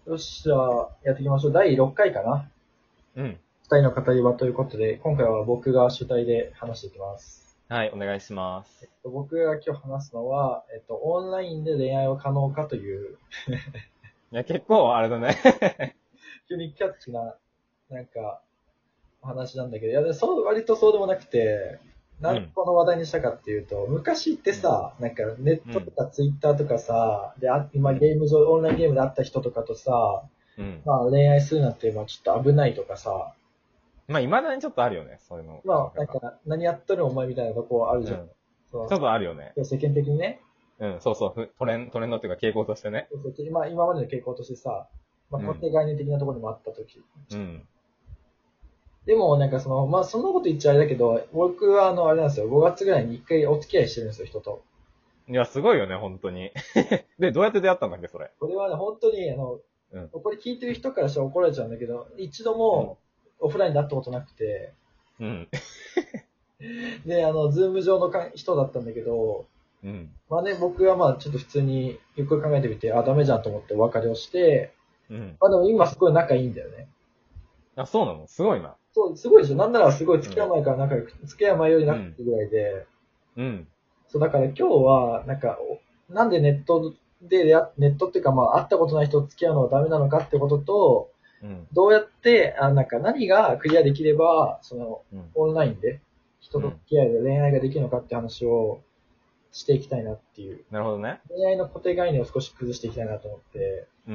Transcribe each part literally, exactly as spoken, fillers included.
よっしゃ、やっていきましょう。だいろっかいかな。 うん。 ふたりの語り場ということで、今回は僕が主体で話していきます。 はい、お願いします。 僕が今日話すのは、えっと、オンラインで恋愛は可能かという、 いや、結構、あれだね。 急にキャッチな、なんか、お話なんだけど、いや、でそう、割とそうでもなくて、なんでうん。 この話題にしたかっていうと、昔ってうん。 さ、なんかネッうん。 トとかツイッターとかさ、で、あ今うん。 ゲーム上、オンラインゲームで会った人とかとさ、 うん。 まあ恋愛するなんて、まあちょっと危ないとかさ、 まあ、未だにちょっとあるよね、そういうの考まあ、なんえ方。 か、何やっとるお前みたいなとこあるじゃん。 うん。 そちょっとあるよね。 の、世間的にね。 うん、そうそう、ふトレン、トレンドっていうか傾向としてね。 そうそう今、今までの傾向としてさ、まあ、 うん。 固定概念的なところにもあったとき。 うん。 でも、なんかその、まあ、そんなこと言っちゃあれだけど、僕はあの、あれなんですよ、ごがつぐらいに一回お付き合いしてるんですよ、人と。 いや、すごいよね、本当に。で、どうやって出会ったんだっけ、それ。 これはね、本当に、あの、 うん。 これ聞いてる人からしたら怒られちゃうんだけど、一度うん。 もオフラインで会ったことなくて、 うん。 で、あの、ズーム上のか人だったんだけど、 うん。 まあね、僕はまあちょっと普通によく考えてみて、あ、ダメじゃんと思ってお別れをして、 うん。 まあでも今すごい仲いいんだよね。 あ、そうなのすごいな。 そう、すごいでしょ。なんならすごいうん。 付き合う前から仲良く、付き合う前より仲良うん。 くぐらいで、 うん。 そう、だから今日は、なんか、おなんでネットで出会っ、ネットっていうかまあ会ったことない人と付き合うのはダメなのかってことと、 うん。 どうやって、あ、なんか何がクリアできれば、その、 うん。 オンラインで人と付うん。 き合いで恋愛ができるのかって話をしていきたいなっていう。 なるほどね。 恋愛の固定概念を少し崩していきたいなと思って、 うん。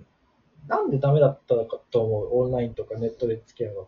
なんでダメだったのかと思う、オンラインとかネットで付き合うのって。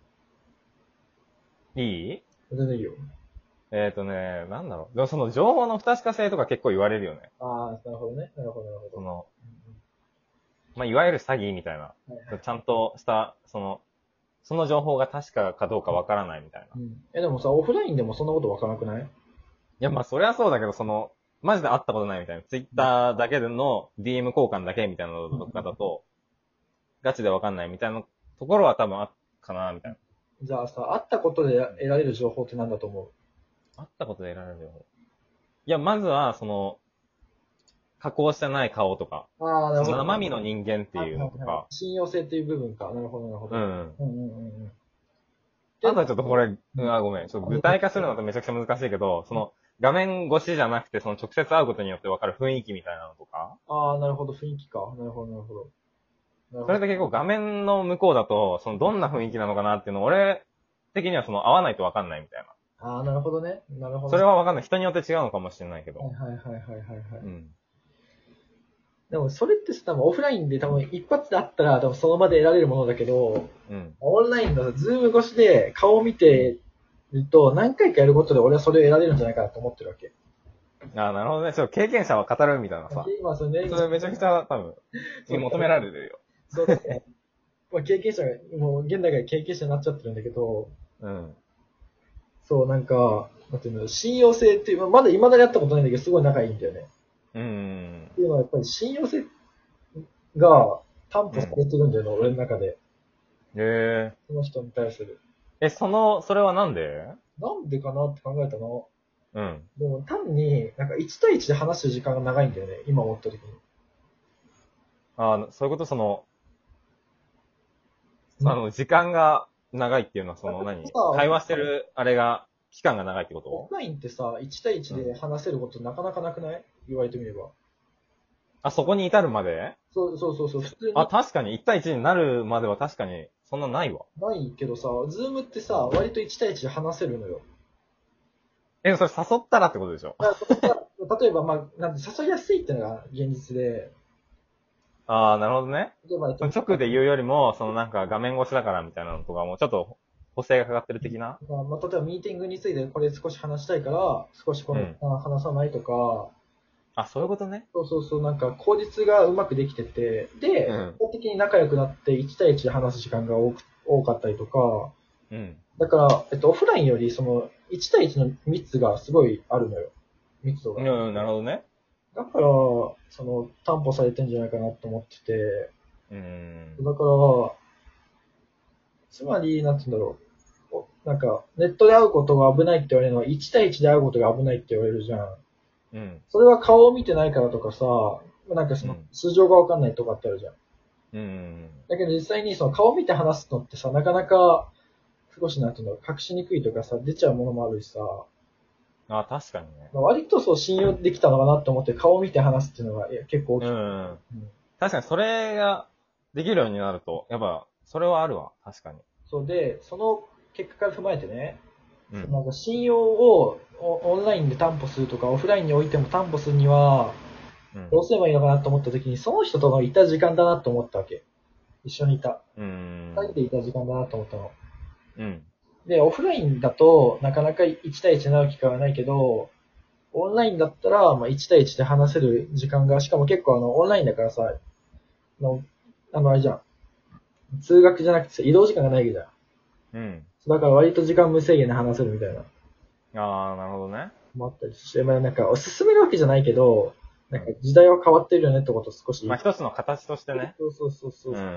いい全然いいよ。 えっとね、なんだろう。でもその情報の不確か性とか結構言われるよね。 ああ、なるほどね。なるほど、なるほど。 その、 うんまあ、いわゆる詐欺みたいな。 うん、はいはい。 ちゃんとした、その、その情報が確かかどうかわからないみたいな。いうん。え、でもさ、オフラインでもそんなことわからなくない？ や、まあ、それはそうだけど、その、マジで会ったことないみたいな。ツイッうん。 ターだけでの ディーエム 交換だけみたいなのうんうとかだんと、ガチでわかんないみたいなところは多分あっかな、みたいな。 じゃあさ、会ったことで得られる情報って何だと思う？ 会ったことで得られるよ。いや、まずは、その、加工してない顔とか、 ああ、なるそのほど。 生身の人間っていうはいはいはい。 のとか、 信用性っていう部分か。なるほど、なるほど。 うん。 うんうんうんうん。で、 あとはちょっとこれ、 うん。 うんあ、ごめん。ちょっと具体化するのとめちゃくちゃ難しいけど、その、画面越しじゃなくて、その直接会うことによって分かる雰囲気みたいなのとか、 ああ、なるほど、雰囲気か。なるほど、なるほど。なるほど。 それで結構画面の向こうだと、そのどんな雰囲気なのかなっていうのを、俺的にはその会わないと分かんないみたいな。 ああ、なるほどね。なるほど。 それは分かんない。人によって違うのかもしれないけど。 はいはいはいはいはいはい。 うん。 でもそれってさ、多分オフラインで多分一発で会ったら多分その場で得られるものだけど、 うん。 オンラインのズーム越しで顔を見てると何回かやることで俺はそれを得られるんじゃないかなと思ってるわけ。 ああ、なるほどね。ちょっと経験者は語るみたいなさ。 今そのね、 それめちゃくちゃ多分、 そう、 求められてるよ。 そうだから、まあ、経験者が、もう現代が経験者になっちゃってるんだけど、 うん。 そうなんか、なんていうの、信用性っていう、まあまだ未だにやったことないんだけど、すごい仲いいんだよね。 うん。 っていうのはやっぱり信用性が担保さうん。 れてるんだよね、俺の中で。 えその人に対する。 え。え、その、それはなんで？ なんでかなって考えたの。 うん。 でも単に、なんかいち対いちで話す時間が長いんだよね、今思った時に。 ああ、そういうこと、その、あなの、時間が長いっていうのは、その何、会さ、 話してる、あれが、期間が長いってこと？ オフラインってさ、いち対いちうん。 で話せることなかなかなくない？言われてみれば。 あ、そこに至るまで？ そうそうそうそう、普通あ、 に確かに、いち対いちになるまでは確かに、そんなないわ。 ないけどさ、ズームってさ、割といち対いちで話せるのよ。 え、それ誘ったらってことでしょ？ だから例えば、まあ、なんて誘いやすいっていうのが現実で、 ああ、なるほどね。 例えば、えっと、 その直で言うよりも、そのなんか画面越しだからみたいなのとかも、ちょっと補正がかかってる的な。 まあ、例えばミーティングについてこれ少し話したいから、少しこの時うん。 間話さないとか、 あ、そういうことね。 そうそうそう、なんか効率がうまくできてて、で、 うん。 一方的に仲良くなっていち対いちで話す時間が多く多かったりとか、 うん。 だから、えっと、オフラインよりそのいち対いちの密がすごいあるのよ。密度が。 うん、なるほどね。 だから、その、担保されてんじゃないかなと思ってて、 うん。 だから、つまり、なんて言うんだろう。おなんか、ネットで会うことが危ないって言われるのは、いち対いちで会うことが危ないって言われるじゃん。 うん。 それは顔を見てないからとかさ、なんかその、 うん。 素性がわかんないとかってあるじゃん。 うん。 だけど実際にその顔見て話すのってさ、なかなか少しなんていうの、隠しにくいとかさ、出ちゃうものもあるしさ、 あ、確かにね。 まあ、割とそう信用できたのかなって思って顔見て話すっていうのがいや結構大きい。 うん。 うん、 確かにそれができるようになると、やっぱ、それはあるわ。確かに。 そうで、その結果から踏まえてね、 うん。 なんか信用をオオンラインで担保するとか、オフラインにおいても担保するには、 うん。 どうすればいいのかなと思った時に、その人とのいた時間だなと思ったわけ。一緒にいた。 う二人ん。 でいた時間だなと思ったの。 うん。 で、オフラインだと、なかなかいち対いちになる機会はないけど、オンラインだったら、まあ、いち対いちで話せる時間が、しかも結構あの、オンラインだからさ、あの、あのあれじゃん。通学じゃなくてさ移動時間がないわけじゃん。 うん。 だから割と時間無制限で話せるみたいな。 ああ、なるほどね。 もあったりして、まあなんか、おすすめるわけじゃないけど、なんかうん。 時代は変わってるよねってことを少し。 まあ、一つの形としてね。 そうそうそうそうそう。 うん。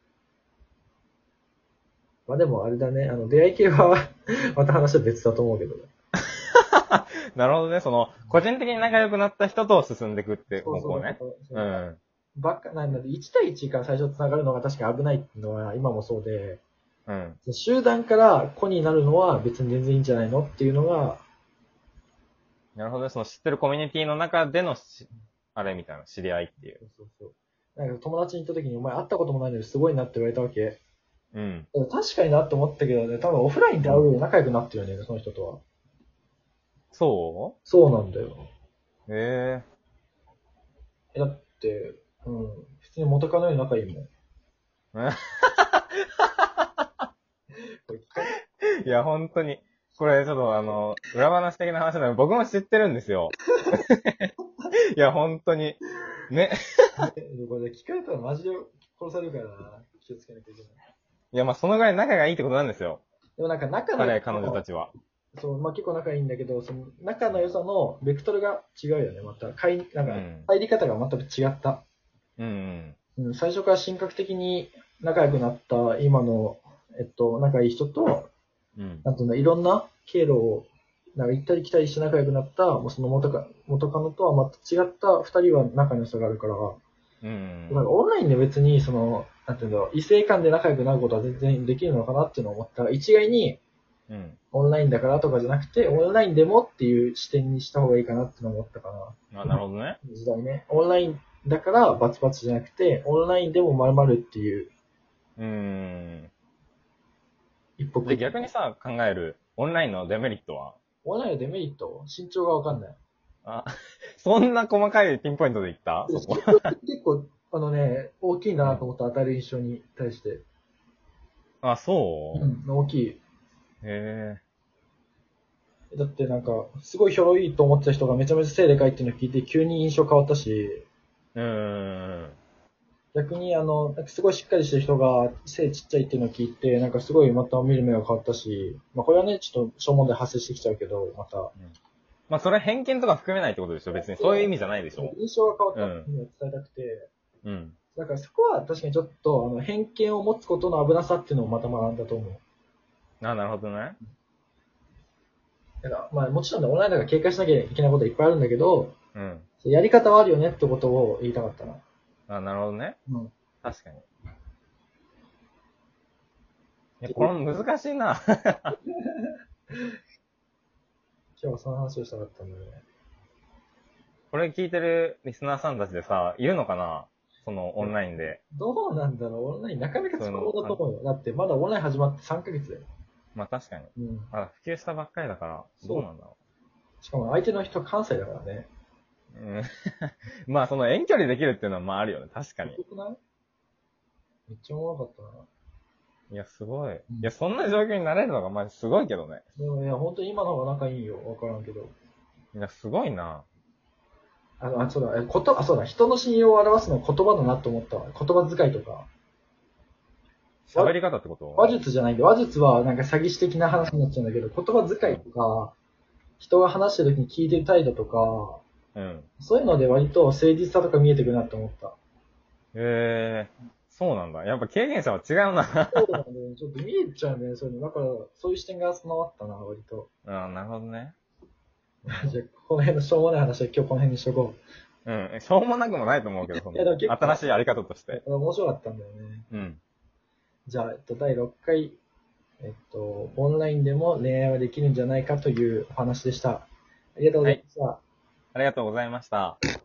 まあでもあれだね、あの、出会い系はまた話は別だと思うけどね。 なるほどね。その、個人的に仲良くなった人と進んでいくってそうそう。 方向ね。 そううん。 ばっかなんだで、いち対いちから最初繋がるのが確かに危ないっていうのは今もそうで、 うん。 集団から子になるのは別に全然いいんじゃないのっていうのが、 なるほどね。その知ってるコミュニティの中でのし、あれみたいな、知り合いっていう。 そうそうそう。なんか友達に行った時にお前会ったこともないのにすごいなって言われたわけ。 うん。 確かになって思ったけどね、多分オフラインで会うより仲良くなってるよね、その人とは。 そそうなんだよ。 うええ、だって、うん、普通に元カノより仲いいもん。 えこれ聞かないいや、本当に。これ、ちょっとあの、裏話的な話なので、僕も知ってるんですよ。いや、本当に。ね。 えこれ聞かれたらマジで殺されるからな。気をつけなきゃいけない。 いや、まあ、そのぐらい仲がいいってことなんですよ。 でもなんか仲の良彼、 さ彼女たの、 ちは。 そう、まあ結構仲いいんだけど、その仲の良さのベクトルが違うよね、また。かい、なんか、 うん。 入り方が全く違った。 うん、 うん、最初から神格的に仲良くなった今の、えっと、仲いい人と、 うん。うん。 なんていうの、いろんな経路を、なんか行ったり来たりして仲良くなった、もうその元か、元カノとは全く違った二人は仲の良さがあるから、 うん。 なんかオンラインで別に、その、なんていうんだろう、異性間で仲良くなることは全然できるのかなっていうのを思ったら、一概にうん。 オンラインだからとかじゃなくて、オンラインでもっていう視点にした方がいいかなっていうのを思ったかな。 あ、なるほどね。 時代ね。オンラインだからバツバツじゃなくて、オンラインでも〇〇っていううーん。で、 一歩逆にさ、考える、オンラインのデメリットはオンラインのデメリット身長がわかんない。 あ、そんな細かいピンポイントで言ったそこ。 身長って結構、あのね、大きいんだうん。 なと思った与える印象に対して。 あ、そうん、大きい。 うへだってなんか、すごいひょろいと思ってた人がめちゃめちゃ背でかいっていうのを聞いて急に印象変わったし、 え。うーん。 逆にあの、なんかすごいしっかりしてる人が背ちっちゃいっていうのを聞いて、なんかすごいまた見る目が変わったし、まあこれはね、ちょっと小問題発生してきちゃうけど、また。 うんまあ、それ偏見とか含めないってことでしょ別に。そういう意味じゃないでしょ印象が変わっうん。 たっていうのを伝えたくて、 うん。 だからそこは確かにちょっとあの偏見を持つことの危なさっていうのをまた学んだと思う。 あ、なるほどね。 だからまあもちろんね、オンラインだから警戒しなきゃいけないことはいっぱいあるんだけど、 うん。 やり方はあるよねってことを言いたかったな。 あ、なるほどね。 うん。 確かに。いや、これ難しいな。 今日はその話をしたかったんだよね。 これ聞いてるリスナーさんたちでさ、いるのかなそのオンラインで。 どうなんだろう、オンラインなかなかそういうの使うだと思うよ。だってまだオンライン始まってさんかげつだよ。 まあ確かに。 うん。 まだ普及したばっかりだから、どうなんだろしかも相手の人関西だからね。 う。うん。まあその遠距離できるっていうのはまああるよね。確かに。 よくないめっちゃおもろかったな。 いや、すごい。いうんや、そんな状況になれるのがまあすごいけどね。 でもいや、本当に今の方が仲いいよ。わからんけど。 いや、すごいな。 あの、あ、そうだ、え、こと、あ、そうだ、人の信用を表すのは言葉だなと思ったわ。言葉遣いとか。 喋り方ってこと話術じゃないんで、話術はなんか詐欺師的な話になっちゃうんだけど、言葉遣いとか、人が話してる時に聞いてる態度とか、 うん。 そういうので割と誠実さとか見えてくるなって思った。 へえー、そうなんだ。やっぱ経験者は違うな。 そうなんだよ。ちょっと見えちゃうんだよね、そういうの。だから、そういう視点が備わったな、割と。 ああ、なるほどね。 じゃあ、この辺のしょうもない話は今日この辺にしとこう。 うん。しょうもなくもないと思うけど、そのいやでも結構新しいやり方として。 面白かったんだよね。 うん。 じゃあ、えっと、だいろっかい、えっと、オンラインでも恋愛はできるんじゃないかというお話でした。ありがとうございました。 ありがとうございました。